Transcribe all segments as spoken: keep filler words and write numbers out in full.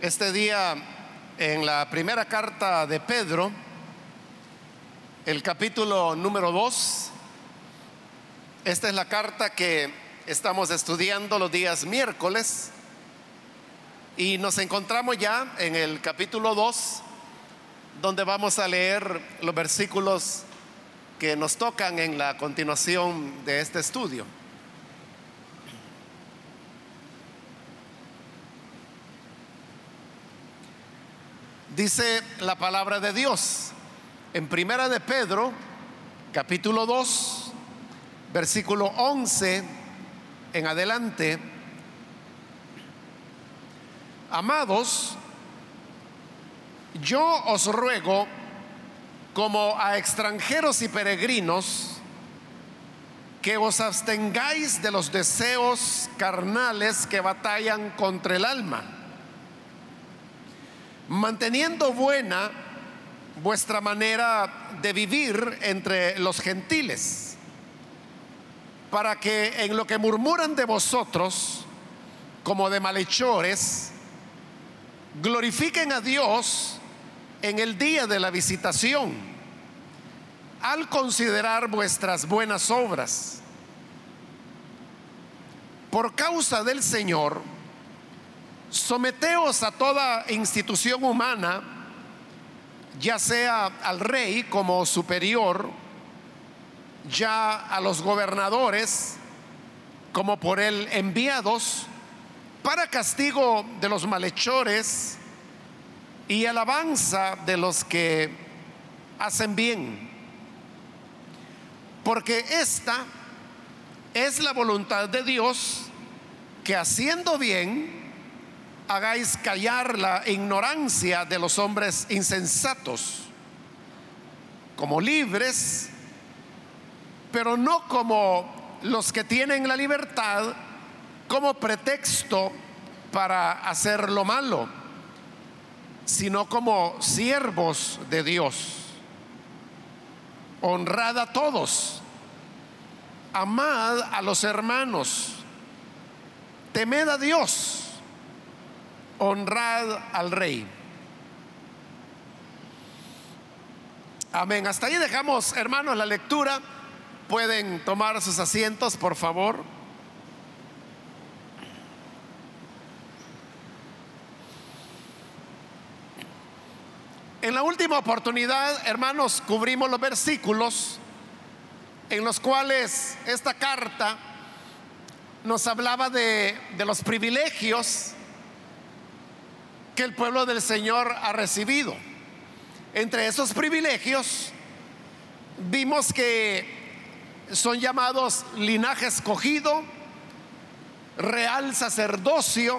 Este día, en la primera carta de Pedro, el capítulo número dos, esta es la carta que estamos estudiando los días miércoles y nos encontramos ya en el capítulo dos, donde vamos a leer los versículos que nos tocan en la continuación de este estudio. Dice la palabra de Dios en Primera de Pedro, capítulo dos, versículo once en adelante: Amados, yo os ruego, como a extranjeros y peregrinos, que os abstengáis de los deseos carnales que batallan contra el alma, manteniendo buena vuestra manera de vivir entre los gentiles, para que en lo que murmuran de vosotros como de malhechores, glorifiquen a Dios en el día de la visitación, al considerar vuestras buenas obras. Por causa del Señor, someteos a toda institución humana, ya sea al rey como superior, ya a los gobernadores como por él enviados, para castigo de los malhechores y alabanza de los que hacen bien. Porque esta es la voluntad de Dios, que haciendo bien hagáis callar la ignorancia de los hombres insensatos, como libres, pero no como los que tienen la libertad como pretexto para hacer lo malo, sino como siervos de Dios. Honrad a todos, amad a los hermanos, temed a Dios, honrad al rey. Amén. Hasta ahí dejamos, hermanos, la lectura. Pueden tomar sus asientos, por favor. En la última oportunidad, hermanos, cubrimos los versículos en los cuales esta carta nos hablaba de, de los privilegios que el pueblo del Señor ha recibido. Entre esos privilegios vimos que son llamados linaje escogido, real sacerdocio,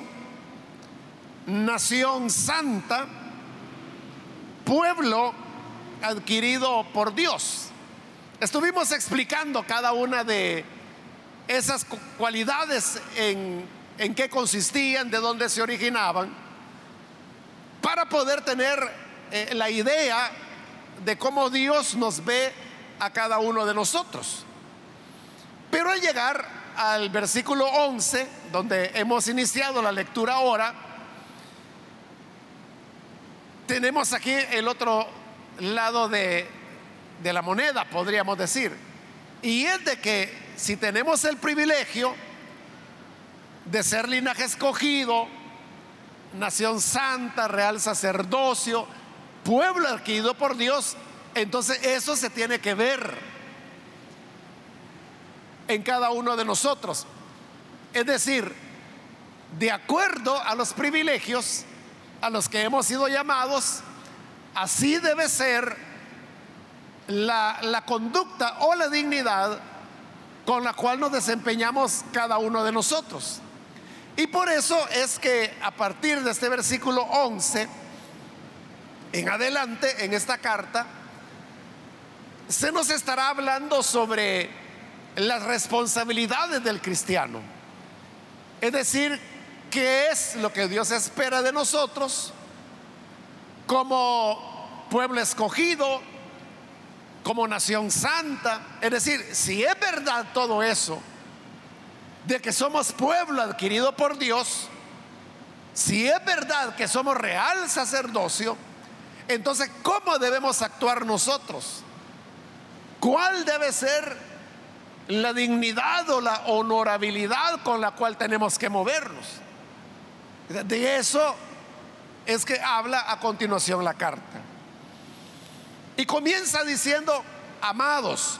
nación santa, pueblo adquirido por Dios. Estuvimos explicando cada una de esas cualidades, en, en qué consistían, de dónde se originaban, para poder tener eh, la idea de cómo Dios nos ve a cada uno de nosotros. Pero al llegar al versículo once, donde hemos iniciado la lectura ahora, tenemos aquí el otro lado de, de la moneda, podríamos decir, y es de que si tenemos el privilegio de ser linaje escogido, nación santa, real sacerdocio, pueblo adquirido por Dios, entonces eso se tiene que ver en cada uno de nosotros. Es decir, de acuerdo a los privilegios a los que hemos sido llamados, así debe ser la, la conducta o la dignidad con la cual nos desempeñamos cada uno de nosotros. Y por eso es que a partir de este versículo once en adelante en esta carta se nos estará hablando sobre las responsabilidades del cristiano. Es decir, qué es lo que Dios espera de nosotros como pueblo escogido, como nación santa. Es decir, si es verdad todo eso, de que somos pueblo adquirido por Dios, Si es verdad que somos real sacerdocio, entonces ¿cómo debemos actuar nosotros? ¿Cuál debe ser la dignidad o la honorabilidad con la cual tenemos que movernos? De eso es que habla a continuación la carta. Y comienza diciendo: amados.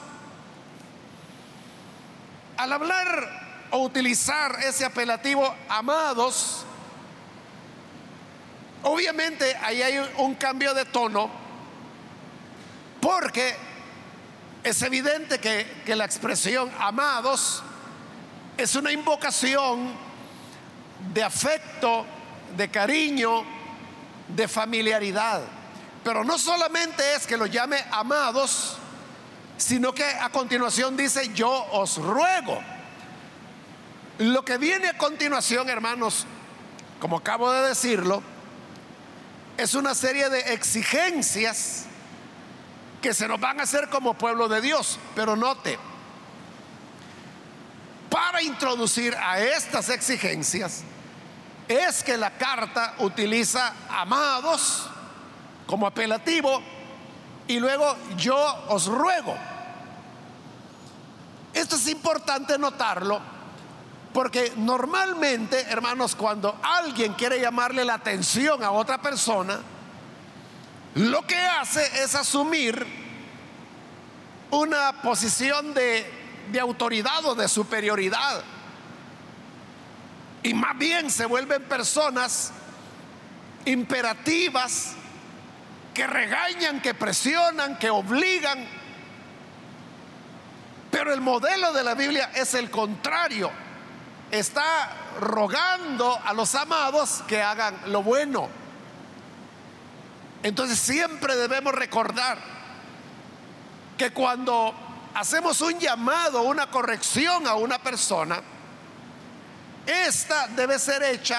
Al hablar o utilizar ese apelativo amados, obviamente ahí hay un cambio de tono, porque es evidente que, que la expresión amados es una invocación de afecto, de cariño, de familiaridad. Pero no solamente es que los llame amados, sino que a continuación dice: yo os ruego. Lo que viene a continuación, hermanos, como acabo de decirlo, es una serie de exigencias que se nos van a hacer como pueblo de Dios. Pero note, para introducir a estas exigencias es que la carta utiliza amados como apelativo y luego yo os ruego. Esto es importante notarlo, porque normalmente, hermanos, cuando alguien quiere llamarle la atención a otra persona, lo que hace es asumir una posición de, de autoridad o de superioridad, y más bien se vuelven personas imperativas, que regañan, que presionan, que obligan. Pero el modelo de la Biblia es el contrario. Está rogando a los amados que hagan lo bueno. Entonces siempre debemos recordar que cuando hacemos un llamado, una corrección a una persona, esta debe ser hecha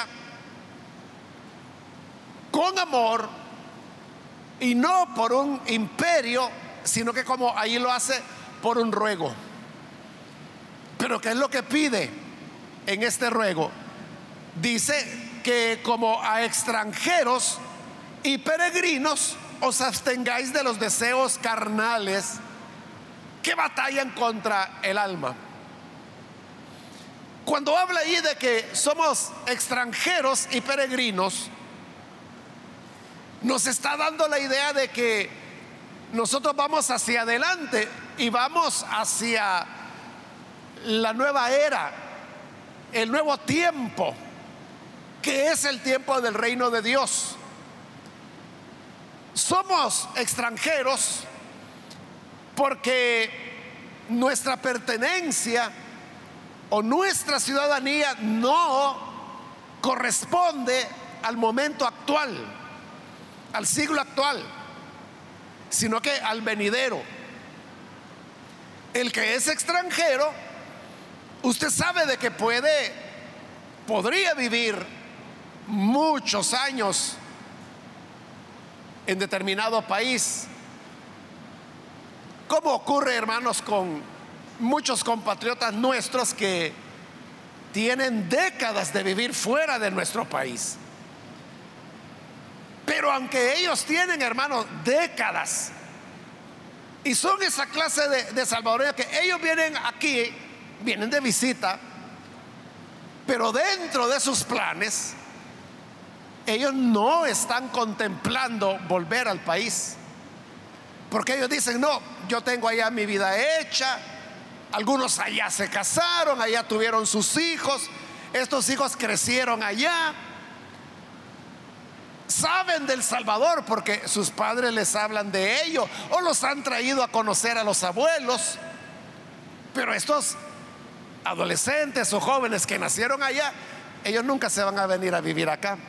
con amor y no por un imperio, sino que, como ahí lo hace, por un ruego. Pero ¿qué es lo que pide en este ruego? Dice que como a extranjeros y peregrinos os abstengáis de los deseos carnales que batallan contra el alma. Cuando habla ahí de que somos extranjeros y peregrinos, nos está dando la idea de que nosotros vamos hacia adelante y vamos hacia la nueva era, el nuevo tiempo, que es el tiempo del reino de Dios. Somos extranjeros porque nuestra pertenencia o nuestra ciudadanía no corresponde al momento actual, al siglo actual, sino que al venidero. El que es extranjero, usted sabe de que puede, podría vivir muchos años en determinado país, como ocurre, hermanos, con muchos compatriotas nuestros que tienen décadas de vivir fuera de nuestro país. Pero aunque ellos tienen, hermanos, décadas, y son esa clase de, de salvadoreños que ellos vienen aquí, vienen de visita, pero dentro de sus planes, ellos no están contemplando volver al país, porque ellos dicen: no, yo tengo allá mi vida hecha. Algunos allá se casaron, allá tuvieron sus hijos, estos hijos crecieron allá, saben del Salvador porque sus padres les hablan de ello o los han traído a conocer a los abuelos. Pero estos adolescentes o jóvenes que nacieron allá, ellos nunca se van a venir a vivir acá.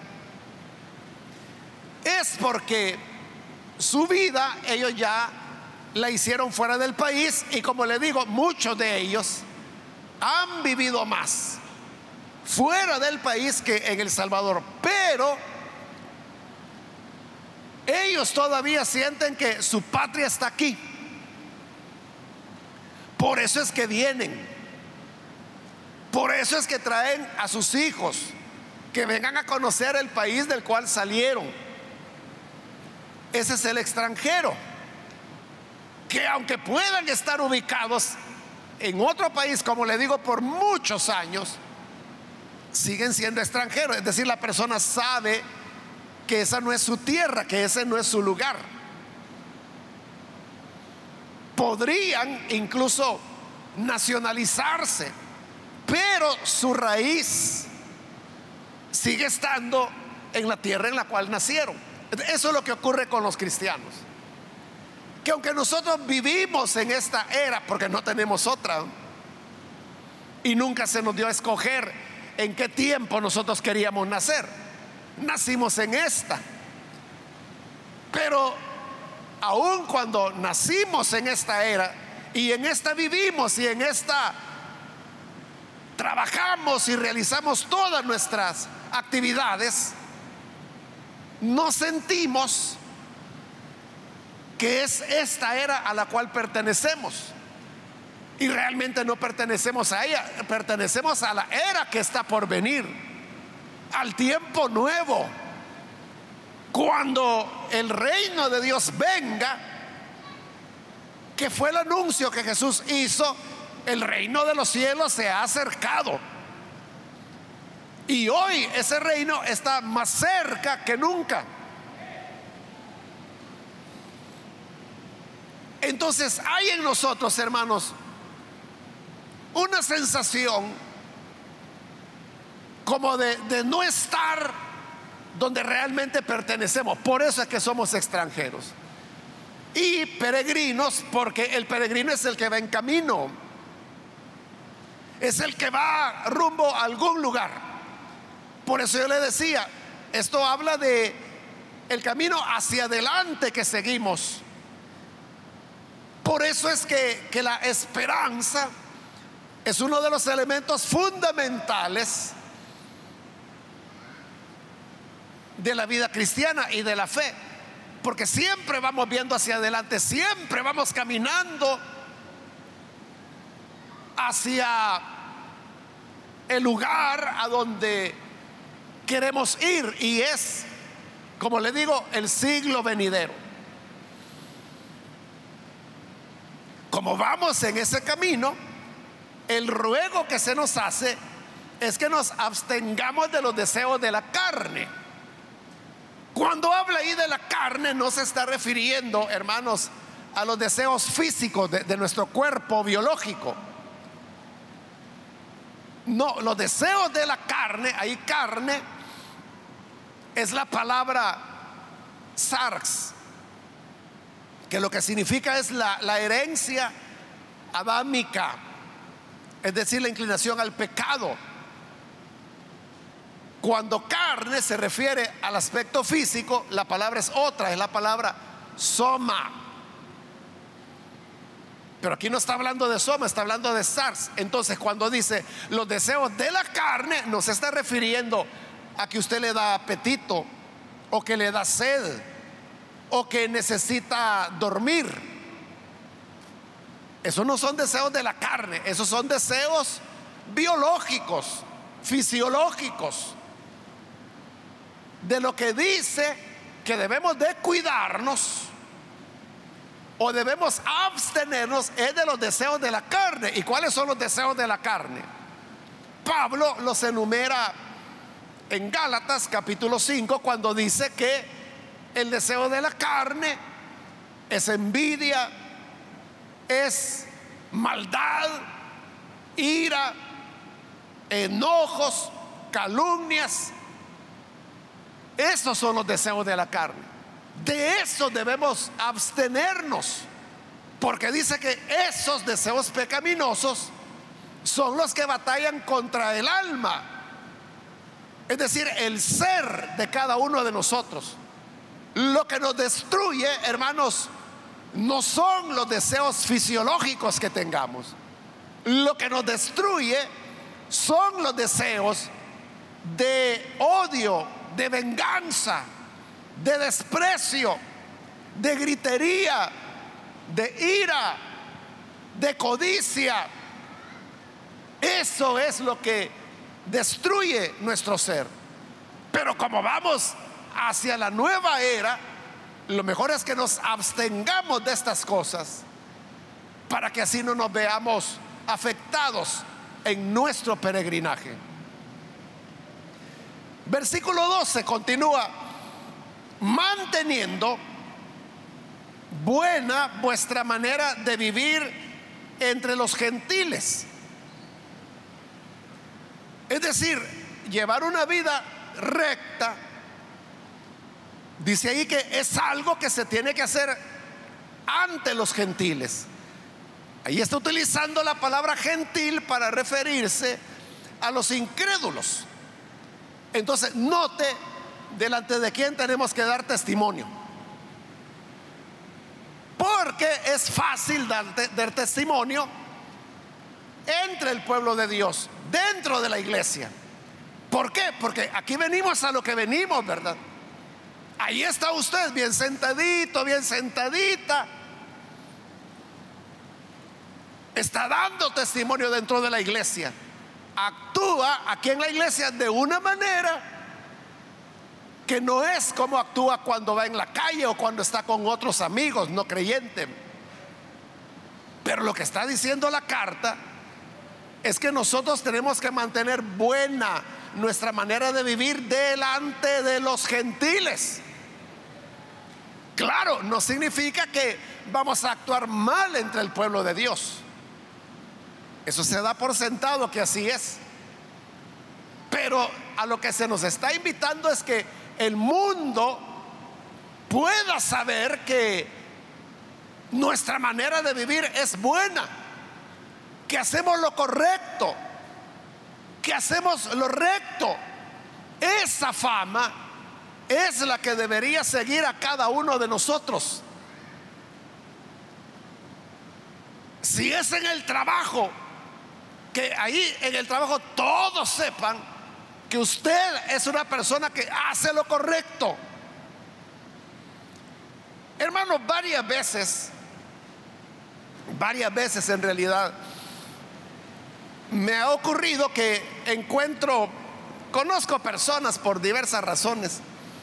Es porque su vida ellos ya la hicieron fuera del país, y como le digo, muchos de ellos han vivido más fuera del país que en El Salvador. Pero ellos todavía sienten que su patria está aquí. Por eso es que vienen, por eso es que traen a sus hijos, que vengan a conocer el país del cual salieron. Ese es el extranjero, que aunque puedan estar ubicados en otro país, como le digo, por muchos años, siguen siendo extranjeros. Es decir, la persona sabe que esa no es su tierra, que ese no es su lugar. Podrían incluso nacionalizarse, pero su raíz sigue estando en la tierra en la cual nacieron. Eso es lo que ocurre con los cristianos, que aunque nosotros vivimos en esta era, porque no tenemos otra, y nunca se nos dio a escoger en qué tiempo nosotros queríamos nacer, nacimos en esta. Pero aun cuando nacimos en esta era, y en esta vivimos, y en esta trabajamos y realizamos todas nuestras actividades, no sentimos que es esta era a la cual pertenecemos. Y realmente no pertenecemos a ella, pertenecemos a la era que está por venir, al tiempo nuevo, cuando el reino de Dios venga, que fue el anuncio que Jesús hizo. El reino de los cielos se ha acercado, y hoy ese reino está más cerca que nunca. Entonces hay en nosotros, hermanos, una sensación como de, de no estar donde realmente pertenecemos. Por eso es que somos extranjeros y peregrinos, porque el peregrino es el que va en camino, es el que va rumbo a algún lugar. Por eso yo le decía, esto habla de el camino hacia adelante que seguimos. Por eso es que, que la esperanza es uno de los elementos fundamentales de la vida cristiana y de la fe, porque siempre vamos viendo hacia adelante, siempre vamos caminando hacia el lugar a donde queremos ir, y es, como le digo, el siglo venidero. Como vamos en ese camino, el ruego que se nos hace es que nos abstengamos de los deseos de la carne. Cuando habla ahí de la carne, no se está refiriendo, hermanos, a los deseos físicos de, de nuestro cuerpo biológico. No, los deseos de la carne, ahí carne es la palabra sarx, que lo que significa es la, la herencia adámica, es decir, la inclinación al pecado. Cuando carne se refiere al aspecto físico, la palabra es otra, es la palabra soma. Pero aquí no está hablando de soma, está hablando de sarx. Entonces, cuando dice los deseos de la carne, no se está refiriendo a que usted le da apetito, o que le da sed, o que necesita dormir. Esos no son deseos de la carne, esos son deseos biológicos, fisiológicos, de lo que dice que debemos de cuidarnos o debemos abstenernos, es de los deseos de la carne. ¿Y cuáles son los deseos de la carne? Pablo los enumera en Gálatas capítulo cinco, cuando dice que el deseo de la carne es envidia, es maldad, ira, enojos, calumnias. Esos son los deseos de la carne. De eso debemos abstenernos, porque dice que esos deseos pecaminosos son los que batallan contra el alma, es decir, el ser de cada uno de nosotros. Lo que nos destruye, hermanos, no son los deseos fisiológicos que tengamos. Lo que nos destruye son los deseos de odio, de venganza, de desprecio, de gritería, de ira, de codicia. Eso es lo que destruye nuestro ser. Pero como vamos hacia la nueva era, lo mejor es que nos abstengamos de estas cosas para que así no nos veamos afectados en nuestro peregrinaje. Versículo doce continúa: manteniendo buena vuestra manera de vivir entre los gentiles. Es decir, llevar una vida recta. Dice ahí que es algo que se tiene que hacer ante los gentiles. Ahí está utilizando la palabra gentil para referirse a los incrédulos. Entonces, note delante de quién tenemos que dar testimonio, porque es fácil dar, dar testimonio entre el pueblo de Dios, dentro de la iglesia. ¿Por qué? Porque aquí venimos a lo que venimos, ¿verdad? Ahí está usted bien sentadito, bien sentadita, está dando testimonio dentro de la iglesia, actúa aquí en la iglesia de una manera que no es como actúa cuando va en la calle o cuando está con otros amigos no creyentes. Pero lo que está diciendo la carta es que nosotros tenemos que mantener buena nuestra manera de vivir delante de los gentiles. Claro, no significa que vamos a actuar mal entre el pueblo de Dios. Eso se da por sentado que así es. Pero a lo que se nos está invitando es que el mundo pueda saber que nuestra manera de vivir es buena, que hacemos lo correcto, que hacemos lo recto. Esa fama es la que debería seguir a cada uno de nosotros. Si es en el trabajo, que ahí en el trabajo todos sepan que usted es una persona que hace lo correcto. Hermanos, varias veces, varias veces en realidad, me ha ocurrido que encuentro, conozco personas por diversas razones,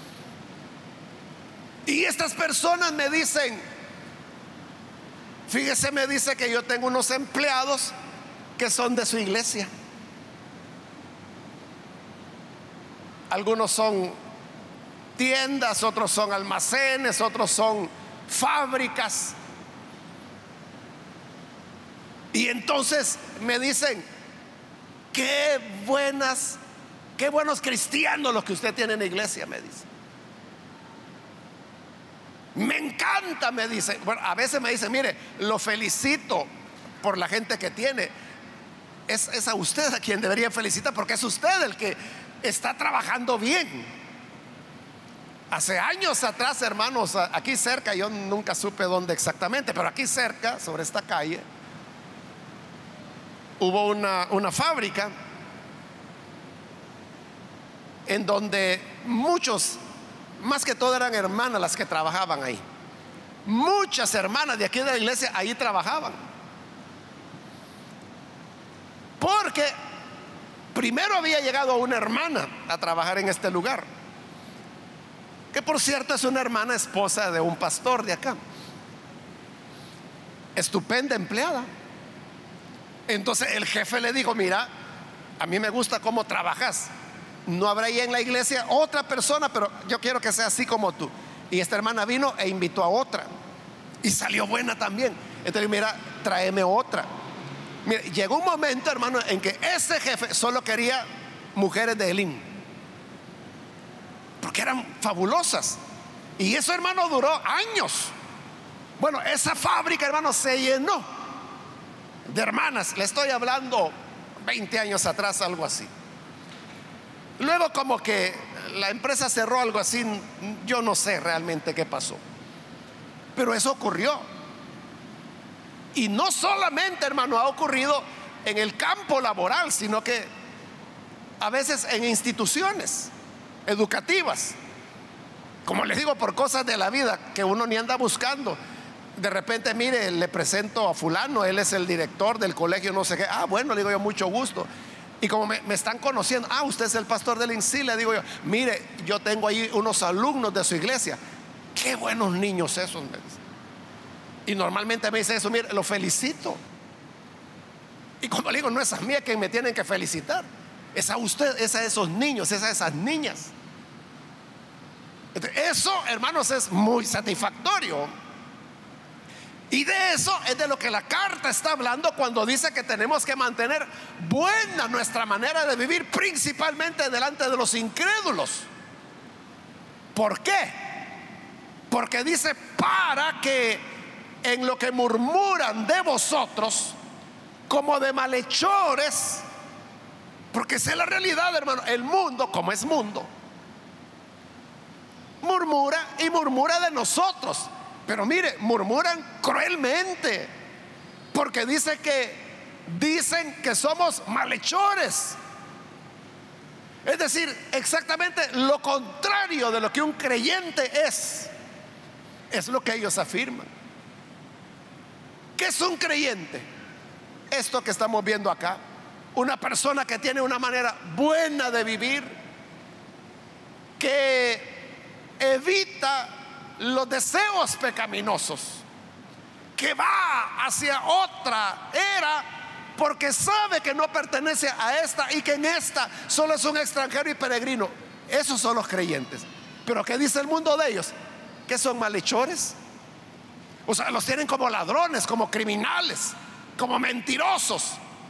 y estas personas me dicen, fíjese, me dice que yo tengo unos empleados que son de su iglesia. Algunos son tiendas, otros son almacenes, otros son fábricas. Y entonces me dicen: qué buenas, qué buenos cristianos los que usted tiene en la iglesia, me dice. Me encanta, me dice. Bueno, a veces me dice: mire, lo felicito por la gente que tiene. Es, es a usted a quien debería felicitar, porque es usted el que está trabajando bien. Hace años atrás, hermanos, aquí cerca, yo nunca supe dónde exactamente, pero aquí cerca, sobre esta calle, hubo una, una fábrica en donde muchos, más que todo eran hermanas las que trabajaban ahí. Muchas hermanas de aquí de la iglesia ahí trabajaban, porque primero había llegado una hermana a trabajar en este lugar, que por cierto es una hermana esposa de un pastor de acá, estupenda empleada. Entonces el jefe le dijo: mira, a mí me gusta cómo trabajas, no habrá ahí en la iglesia otra persona, pero yo quiero que sea así como tú. Y esta hermana vino e invitó a otra y salió buena también. Entonces, mira, tráeme otra. Mira, llegó un momento, hermano, en que ese jefe solo quería mujeres de Elim, porque eran fabulosas. Y eso, hermano, duró años. Bueno, esa fábrica, hermano, se llenó de hermanas. Le estoy hablando veinte años atrás, algo así. Luego como que la empresa cerró, algo así. Yo no sé realmente qué pasó, pero eso ocurrió. Y no solamente, hermano, ha ocurrido en el campo laboral, sino que a veces en instituciones educativas, como les digo, por cosas de la vida que uno ni anda buscando. De repente, mire, le presento a fulano, él es el director del colegio no sé qué. Ah, bueno, le digo yo: mucho gusto. Y como me, me están conociendo, ah, usted es el pastor del I N S I, le digo yo, mire, yo tengo ahí unos alumnos de su iglesia, qué buenos niños esos, me dice. Y normalmente me dice eso, mire, lo felicito. Y como le digo, no es a mí a quien me tienen que felicitar, es a usted, es a esos niños, es a esas niñas. Entonces, eso, hermanos, es muy satisfactorio. Y de eso es de lo que la carta está hablando cuando dice que tenemos que mantener buena nuestra manera de vivir, principalmente delante de los incrédulos. ¿Por qué? Porque dice, para que en lo que murmuran de vosotros como de malhechores, porque esa es la realidad, hermano. El mundo, como es mundo, murmura y murmura de nosotros. Pero mire, murmuran cruelmente, porque dice que dicen que somos malhechores. Es decir, exactamente lo contrario de lo que un creyente es, es lo que ellos afirman. ¿Qué es un creyente? Esto que estamos viendo acá, una persona que tiene una manera buena de vivir, que evita los deseos pecaminosos, que va hacia otra era porque sabe que no pertenece a esta y que en esta solo es un extranjero y peregrino. Esos son los creyentes. Pero ¿qué dice el mundo de ellos? Que son malhechores. O sea, los tienen como ladrones, como criminales, como mentirosos.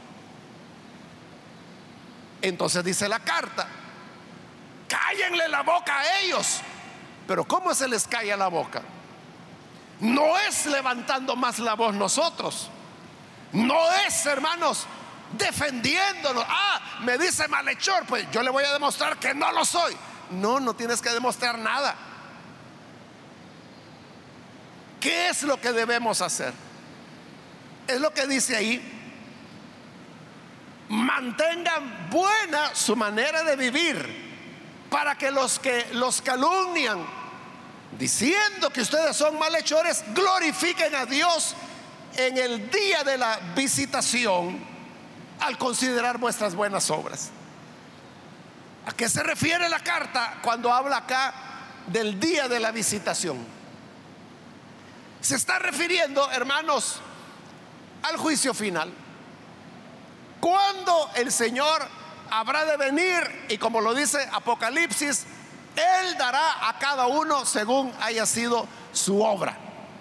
Entonces dice la carta, cállenle la boca a ellos. Pero ¿cómo se les calla la boca? No es levantando más la voz nosotros, no es, hermanos, defendiéndonos. Ah, me dice malhechor, pues yo le voy a demostrar que no lo soy. No, no tienes que demostrar nada. ¿Qué es lo que debemos hacer? Es lo que dice ahí: mantengan buena su manera de vivir, para que los que los calumnian diciendo que ustedes son malhechores glorifiquen a Dios en el día de la visitación, al considerar vuestras buenas obras. ¿A qué se refiere la carta cuando habla acá del día de la visitación? Se está refiriendo, hermanos, al juicio final, cuando el Señor habrá de venir, y como lo dice Apocalipsis, Él dará a cada uno según haya sido su obra.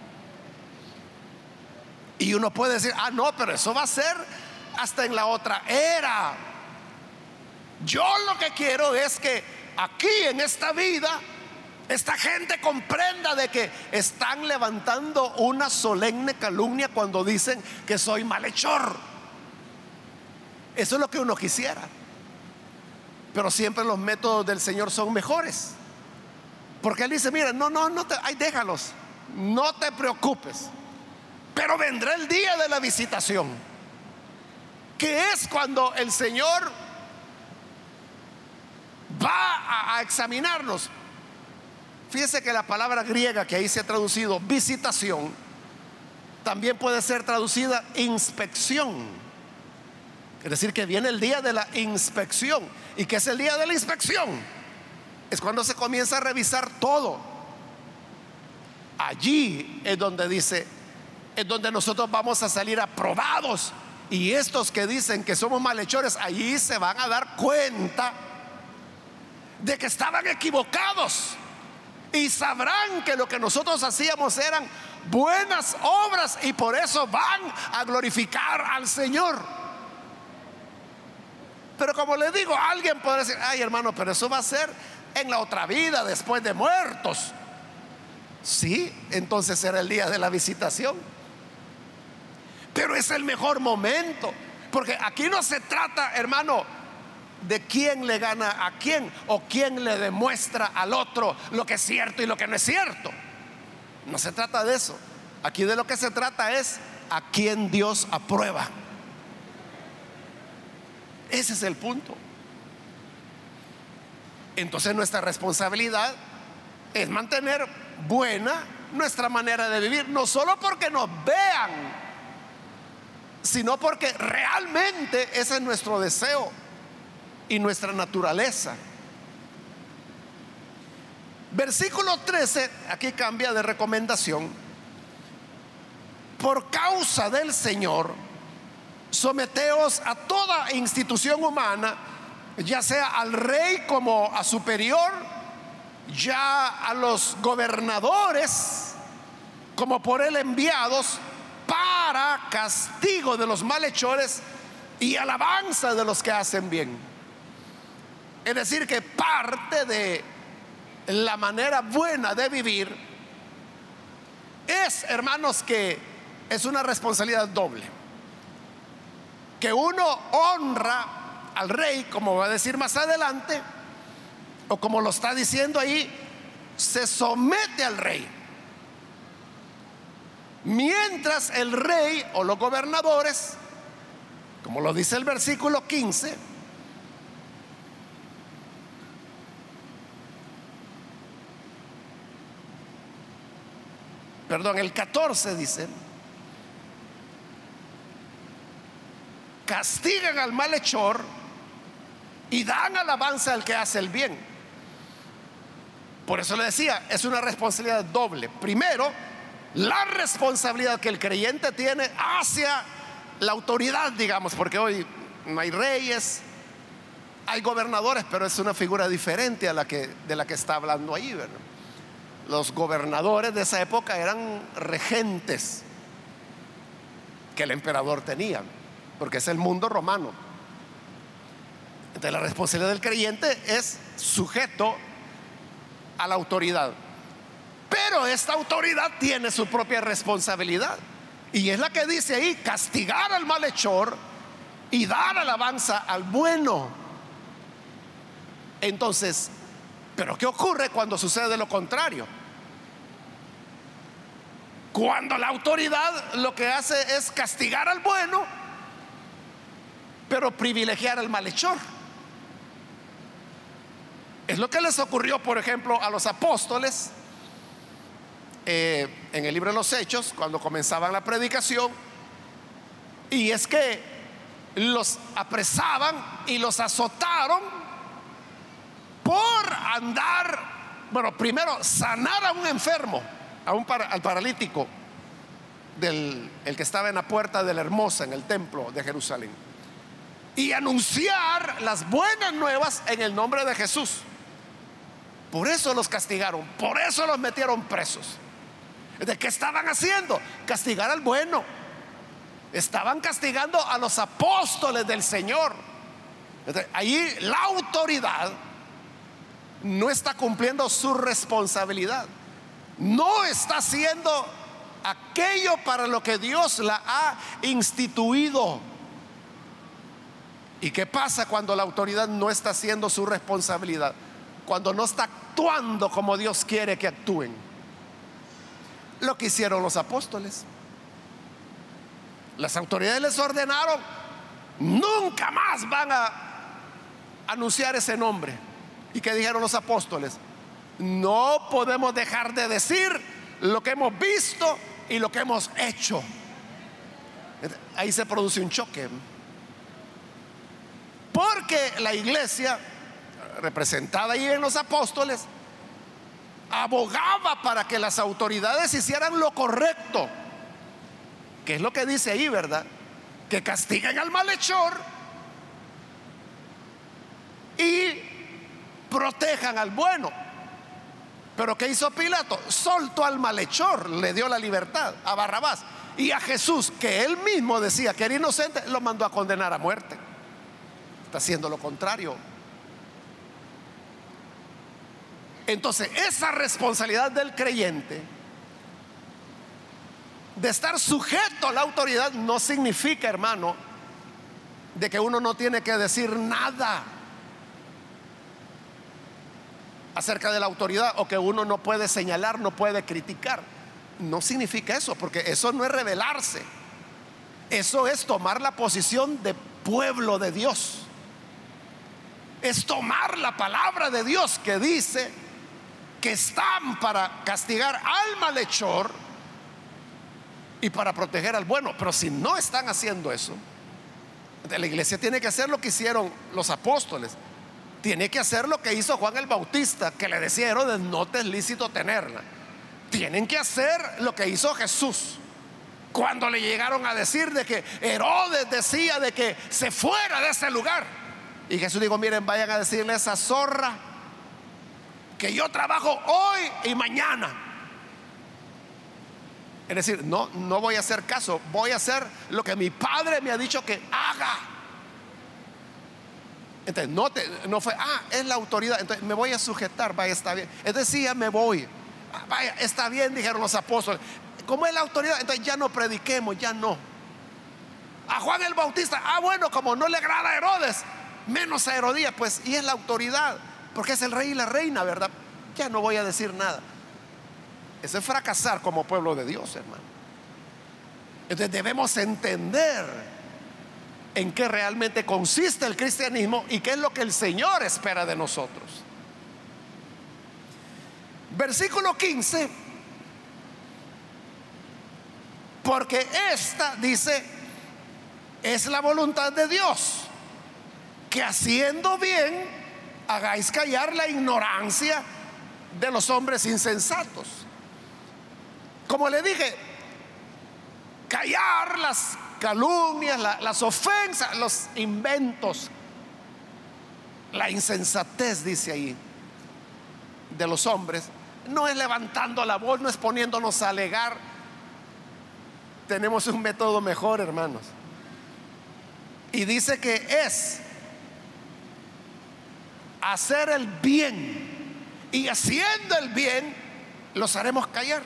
Y uno puede decir, ah, no, pero eso va a ser hasta en la otra era. Yo lo que quiero es que aquí en esta vida esta gente comprenda de que están levantando una solemne calumnia cuando dicen que soy malhechor. Eso es lo que uno quisiera. Pero siempre los métodos del Señor son mejores, porque Él dice, mira, no, no, no te, ay, déjalos, no te preocupes, pero vendrá el día de la visitación, que es cuando el Señor va a, a examinarnos. Fíjese que la palabra griega que ahí se ha traducido visitación también puede ser traducida inspección. Es decir, que viene el día de la inspección. ¿Y qué es el día de la inspección? Es cuando se comienza a revisar todo. Allí es donde dice, es donde nosotros vamos a salir aprobados. Y estos que dicen que somos malhechores, allí se van a dar cuenta de que estaban equivocados, y sabrán que lo que nosotros hacíamos eran buenas obras, y por eso van a glorificar al Señor. Pero como les digo, alguien puede decir, ay, hermano, pero eso va a ser en la otra vida, después de muertos. Sí, entonces será el día de la visitación. Pero es el mejor momento, porque aquí no se trata, hermano, de quién le gana a quién, o quién le demuestra al otro lo que es cierto y lo que no es cierto. No se trata de eso. Aquí de lo que se trata es a quién Dios aprueba. Ese es el punto. Entonces nuestra responsabilidad es mantener buena nuestra manera de vivir, no solo porque nos vean, sino porque realmente ese es nuestro deseo, y nuestra naturaleza. Versículo trece, aquí cambia de recomendación. Por causa del Señor, someteos a toda institución humana, ya sea al rey como a superior, ya a los gobernadores como por él enviados, para castigo de los malhechores y alabanza de los que hacen bien. Es decir, que parte de la manera buena de vivir es, hermanos, que es una responsabilidad doble. Que uno honra al rey, como va a decir más adelante, o como lo está diciendo ahí, se somete al rey. Mientras el rey o los gobernadores, como lo dice el versículo quince, perdón, el catorce dice, castigan al malhechor y dan alabanza al que hace el bien. Por eso le decía, es una responsabilidad doble. Primero, la responsabilidad que el creyente tiene hacia la autoridad, digamos, porque hoy no hay reyes, hay gobernadores, pero es una figura diferente a la que, de la que está hablando ahí, ¿verdad? Los gobernadores de esa época eran regentes que el emperador tenía, porque es el mundo romano. Entonces la responsabilidad del creyente es sujeto a la autoridad, pero esta autoridad tiene su propia responsabilidad, y es la que dice ahí: castigar al malhechor y dar alabanza al bueno. Entonces, pero ¿qué ocurre cuando sucede lo contrario? Cuando la autoridad lo que hace es castigar al bueno, pero privilegiar al malhechor. Es lo que les ocurrió, por ejemplo, a los apóstoles eh, en el libro de los Hechos, cuando comenzaban la predicación. Y es que los apresaban y los azotaron por andar, bueno, primero sanar a un enfermo, a un para, al paralítico del el que estaba en la puerta de la Hermosa, en el templo de Jerusalén, y anunciar las buenas nuevas en el nombre de Jesús. Por eso los castigaron, por eso los metieron presos. ¿De qué estaban haciendo? Castigar al bueno. Estaban castigando a los apóstoles del Señor. Ahí la autoridad no está cumpliendo su responsabilidad, no está haciendo aquello para lo que Dios la ha instituido. ¿Y qué pasa cuando la autoridad no está haciendo su responsabilidad? Cuando no está actuando como Dios quiere que actúen. Lo que hicieron los apóstoles. Las autoridades les ordenaron: nunca más van a anunciar ese nombre. ¿Y qué dijeron los apóstoles? No podemos dejar de decir lo que hemos visto y lo que hemos hecho. Ahí se produce un choque, porque la iglesia, representada ahí en los apóstoles, abogaba para que las autoridades hicieran lo correcto, que es lo que dice ahí, ¿verdad? Que castiguen al malhechor y protejan al bueno. Pero ¿qué hizo Pilato? Soltó al malhechor, le dio la libertad a Barrabás, y a Jesús, que él mismo decía que era inocente, lo mandó a condenar a muerte. Está haciendo lo contrario. Entonces, esa responsabilidad del creyente de estar sujeto a la autoridad no significa, hermano, de que uno no tiene que decir nada acerca de la autoridad, o que uno no puede señalar, no puede criticar. No significa eso, porque eso no es rebelarse. Eso es tomar la posición de pueblo de Dios. Es tomar la palabra de Dios, que dice que están para castigar al malhechor y para proteger al bueno. Pero si no están haciendo eso, la iglesia tiene que hacer lo que hicieron los apóstoles: tiene que hacer lo que hizo Juan el Bautista, que le decía a Herodes: no te es lícito tenerla. Tienen que hacer lo que hizo Jesús cuando le llegaron a decir de que Herodes decía de que se fuera de ese lugar. Y Jesús dijo: miren, vayan a decirle a esa zorra que yo trabajo hoy y mañana. Es decir, no, no voy a hacer caso, voy a hacer lo que mi Padre me ha dicho que haga. Entonces no, te, no fue, ah, es la autoridad, entonces me voy a sujetar, vaya, está bien. Entonces sí, ya me voy. Ah, vaya, está bien, dijeron los apóstoles. Como es la autoridad, entonces ya no prediquemos, ya no. A Juan el Bautista, ah, bueno, como no le agrada a Herodes, menos a Herodías, pues, y es la autoridad, porque es el rey y la reina, ¿verdad? Ya no voy a decir nada. Eso es fracasar como pueblo de Dios, hermano. Entonces debemos entender en qué realmente consiste el cristianismo y qué es lo que el Señor espera de nosotros. Versículo quince: porque esta, dice, es la voluntad de Dios, que haciendo bien hagáis callar la ignorancia de los hombres insensatos. Como le dije, callar las calumnias, la, las ofensas, los inventos, la insensatez, dice ahí, de los hombres, no es levantando la voz, no es poniéndonos a alegar. Tenemos un método mejor, hermanos, y dice que es hacer el bien, y haciendo el bien los haremos callar.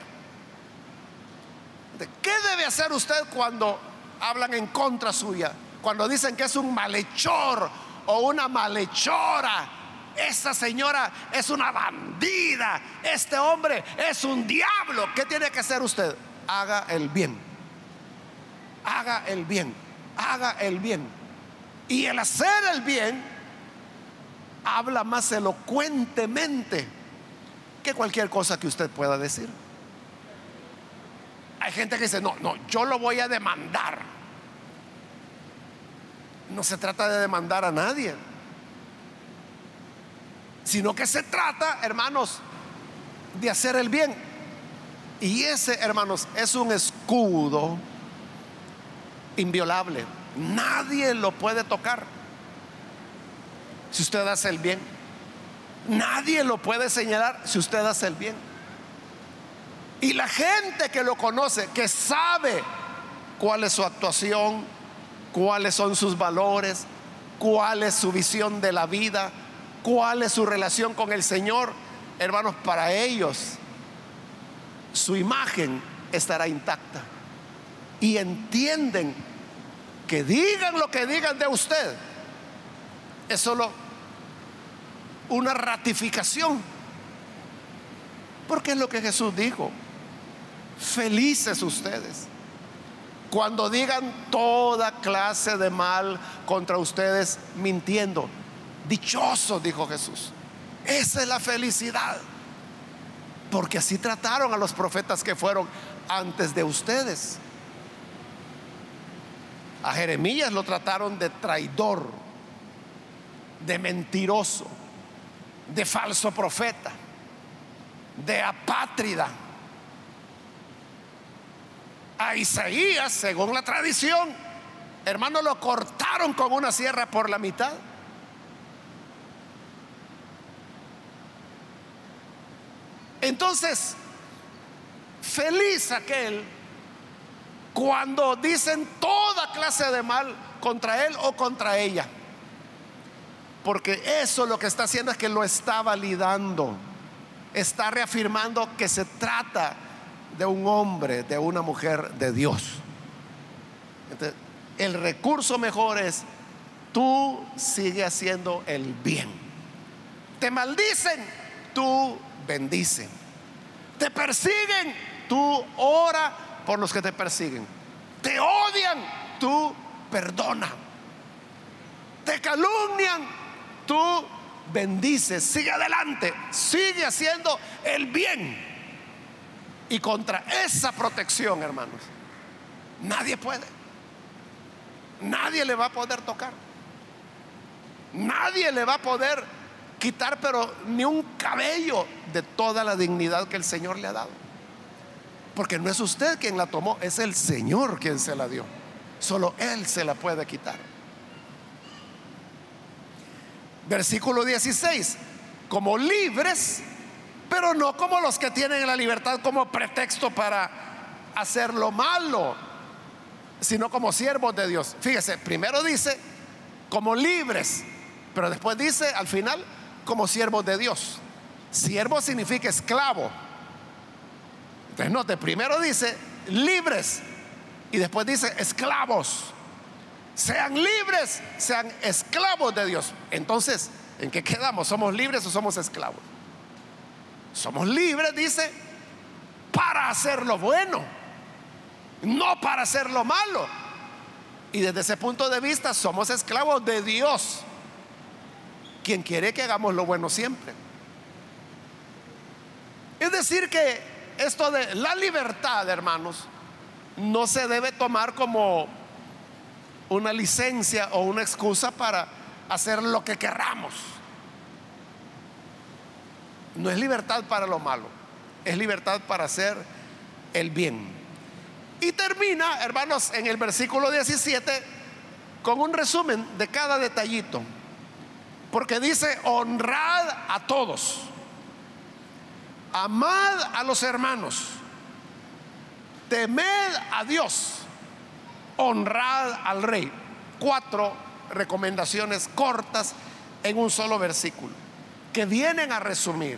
¿Qué debe hacer usted cuando hablan en contra suya? Cuando dicen que es un malhechor o una malhechora, esta señora es una bandida, este hombre es un diablo. ¿Qué tiene que hacer usted? Haga el bien. Haga el bien. Haga el bien. Y el hacer el bien habla más elocuentemente que cualquier cosa que usted pueda decir. Hay gente que dice: no, no, yo lo voy a demandar. No se trata de demandar a nadie, sino que se trata, hermanos, de hacer el bien. Y ese, hermanos, es un escudo inviolable. Nadie lo puede tocar. Si usted hace el bien, nadie lo puede señalar si usted hace el bien. Y la gente que lo conoce, que sabe cuál es su actuación, cuáles son sus valores, cuál es su visión de la vida, cuál es su relación con el Señor, hermanos, para ellos su imagen estará intacta. Y entienden que digan lo que digan de usted, es solo una ratificación, porque es lo que Jesús dijo: felices ustedes cuando digan toda clase de mal contra ustedes mintiendo. Dichosos, dijo Jesús. Esa es la felicidad, porque así trataron a los profetas que fueron antes de ustedes. A Jeremías lo trataron de traidor, de mentiroso, de falso profeta, de apátrida. A Isaías, según la tradición, hermano, lo cortaron con una sierra por la mitad. Entonces, feliz aquel cuando dicen toda clase de mal contra él o contra ella, porque eso lo que está haciendo es que lo está validando, está reafirmando que se trata de un hombre, de una mujer de Dios. Entonces, el recurso mejor es: tú sigue haciendo el bien. Te maldicen, tú bendice. Te persiguen, tú ora por los que te persiguen. Te odian, tú perdona. Te calumnian, tú bendices. Sigue adelante, sigue haciendo el bien. Y contra esa protección, hermanos, nadie puede. Nadie le va a poder tocar. Nadie le va a poder quitar, pero ni un cabello de toda la dignidad que el Señor le ha dado. Porque no es usted quien la tomó, es el Señor quien se la dio. Solo Él se la puede quitar. Versículo dieciséis: como libres, pero no como los que tienen la libertad como pretexto para hacer lo malo, sino como siervos de Dios. Fíjese, primero dice como libres, pero después dice al final como siervos de Dios. Siervo significa esclavo. Entonces note, primero dice libres y después dice esclavos. Sean libres, sean esclavos de Dios. Entonces, ¿en qué quedamos? ¿Somos libres o somos esclavos? Somos libres, dice, para hacer lo bueno, no para hacer lo malo. Y desde ese punto de vista somos esclavos de Dios, quien quiere que hagamos lo bueno siempre. Es decir que esto de la libertad, hermanos, no se debe tomar como una licencia o una excusa para hacer lo que querramos. No es libertad para lo malo, es libertad para hacer el bien. Y termina, hermanos, en el versículo diecisiete con un resumen de cada detallito, porque dice: honrad a todos, amad a los hermanos, temed a Dios, honrad al rey. Cuatro recomendaciones cortas en un solo versículo, que vienen a resumir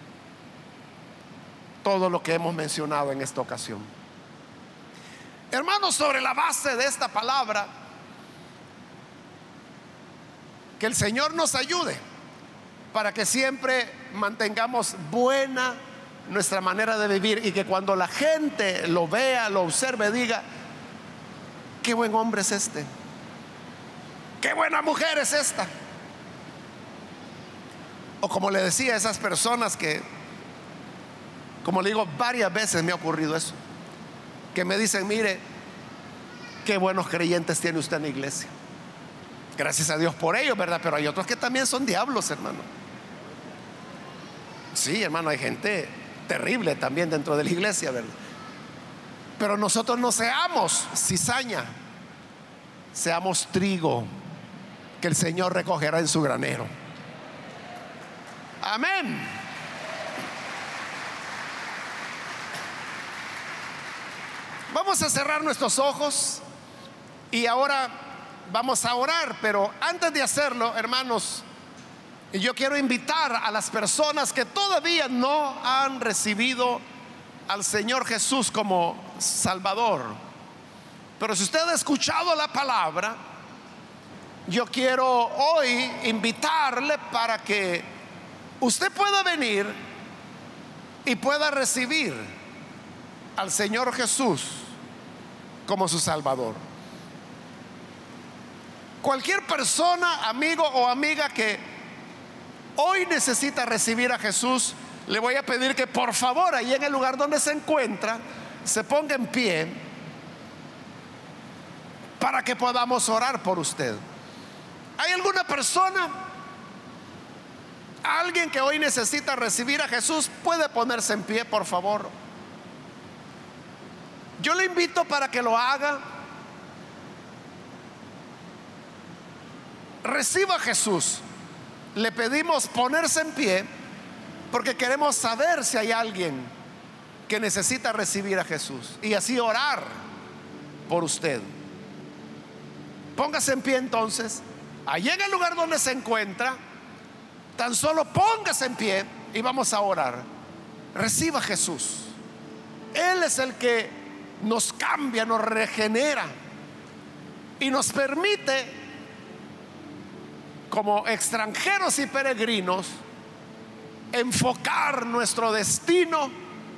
todo lo que hemos mencionado en esta ocasión. Hermanos, sobre la base de esta palabra, que el Señor nos ayude para que siempre mantengamos buena nuestra manera de vivir, y que cuando la gente lo vea, lo observe, diga: qué buen hombre es este, qué buena mujer es esta. O como le decía a esas personas que, como le digo, varias veces me ha ocurrido eso, que me dicen: mire, qué buenos creyentes tiene usted en la iglesia. Gracias a Dios por ellos, ¿verdad? Pero hay otros que también son diablos, hermano. Sí, hermano, hay gente terrible también dentro de la iglesia, ¿verdad? Pero nosotros no seamos cizaña, seamos trigo que el Señor recogerá en su granero. Amén. Vamos a cerrar nuestros ojos y ahora vamos a orar, pero antes de hacerlo, hermanos, yo quiero invitar a las personas que todavía no han recibido al Señor Jesús como Salvador. Pero si usted ha escuchado la palabra, yo quiero hoy invitarle para que usted pueda venir y pueda recibir al Señor Jesús como su Salvador. Cualquier persona, amigo o amiga que hoy necesita recibir a Jesús, le voy a pedir que por favor, ahí en el lugar donde se encuentra, se ponga en pie para que podamos orar por usted. ¿Hay alguna persona, alguien que hoy necesita recibir a Jesús? Puede ponerse en pie, por favor. Yo le invito para que lo haga. Reciba a Jesús. Le pedimos ponerse en pie porque queremos saber si hay alguien que necesita recibir a Jesús y así orar por usted. Póngase en pie entonces, allí en el lugar donde se encuentra. Tan solo póngase en pie y vamos a orar. Reciba a Jesús. Él es el que nos cambia, nos regenera y nos permite, como extranjeros y peregrinos, enfocar nuestro destino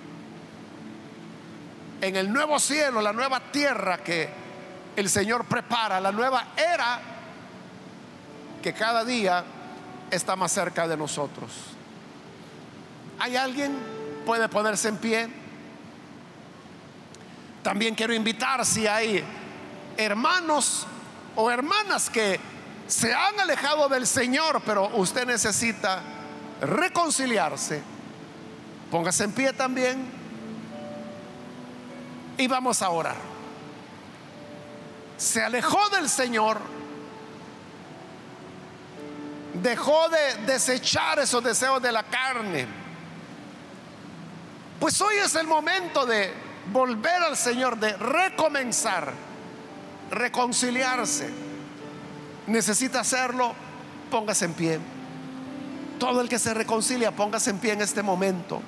en el nuevo cielo, la nueva tierra que el Señor prepara, la nueva era que cada día está más cerca de nosotros. ¿Hay alguien? ¿Puede ponerse en pie? También quiero invitar, si hay hermanos o hermanas que se han alejado del Señor, pero usted necesita reconciliarse. Póngase en pie también y vamos a orar. Se alejó del Señor, dejó de desechar esos deseos de la carne. Pues hoy es el momento de volver al Señor, de recomenzar, reconciliarse. Necesita hacerlo, póngase en pie. Todo el que se reconcilia, póngase en pie en este momento.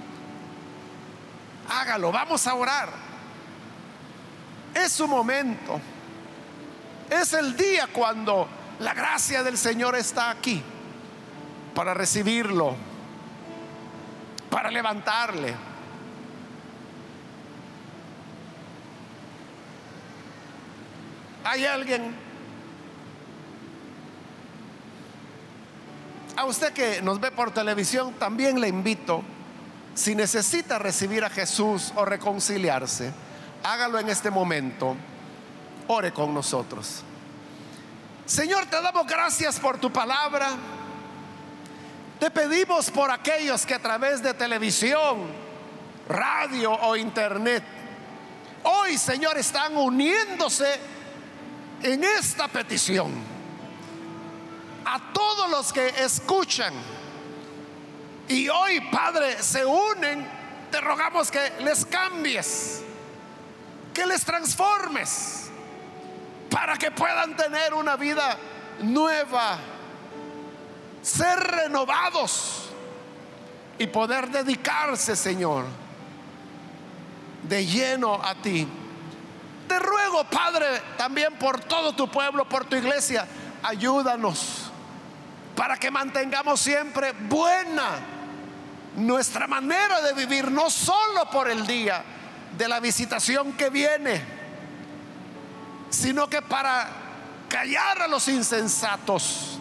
Hágalo, vamos a orar. Es su momento. Es el día cuando la gracia del Señor está aquí para recibirlo, para levantarle. ¿Hay alguien? A usted que nos ve por televisión, también le invito, si necesita recibir a Jesús o reconciliarse, hágalo en este momento. Ore con nosotros. Señor, te damos gracias por tu palabra. Te pedimos por aquellos que a través de televisión, radio o internet hoy, Señor, están uniéndose en esta petición. A todos los que escuchan y hoy, Padre, se unen, te rogamos que les cambies, que les transformes, para que puedan tener una vida nueva, ser renovados y poder dedicarse, Señor, de lleno a ti. Te ruego, Padre, también por todo tu pueblo, por tu iglesia, ayúdanos para que mantengamos siempre buena nuestra manera de vivir, no solo por el día de la visitación que viene, sino que para callar a los insensatos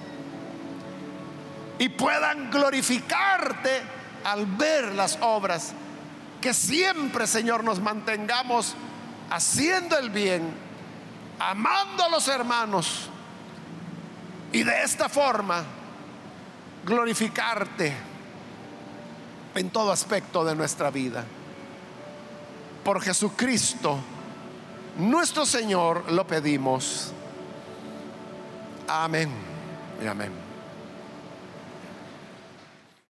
y puedan glorificarte al ver las obras. Que siempre, Señor, nos mantengamos haciendo el bien, amando a los hermanos, y de esta forma glorificarte en todo aspecto de nuestra vida. Por Jesucristo nuestro Señor lo pedimos. Amén y amén.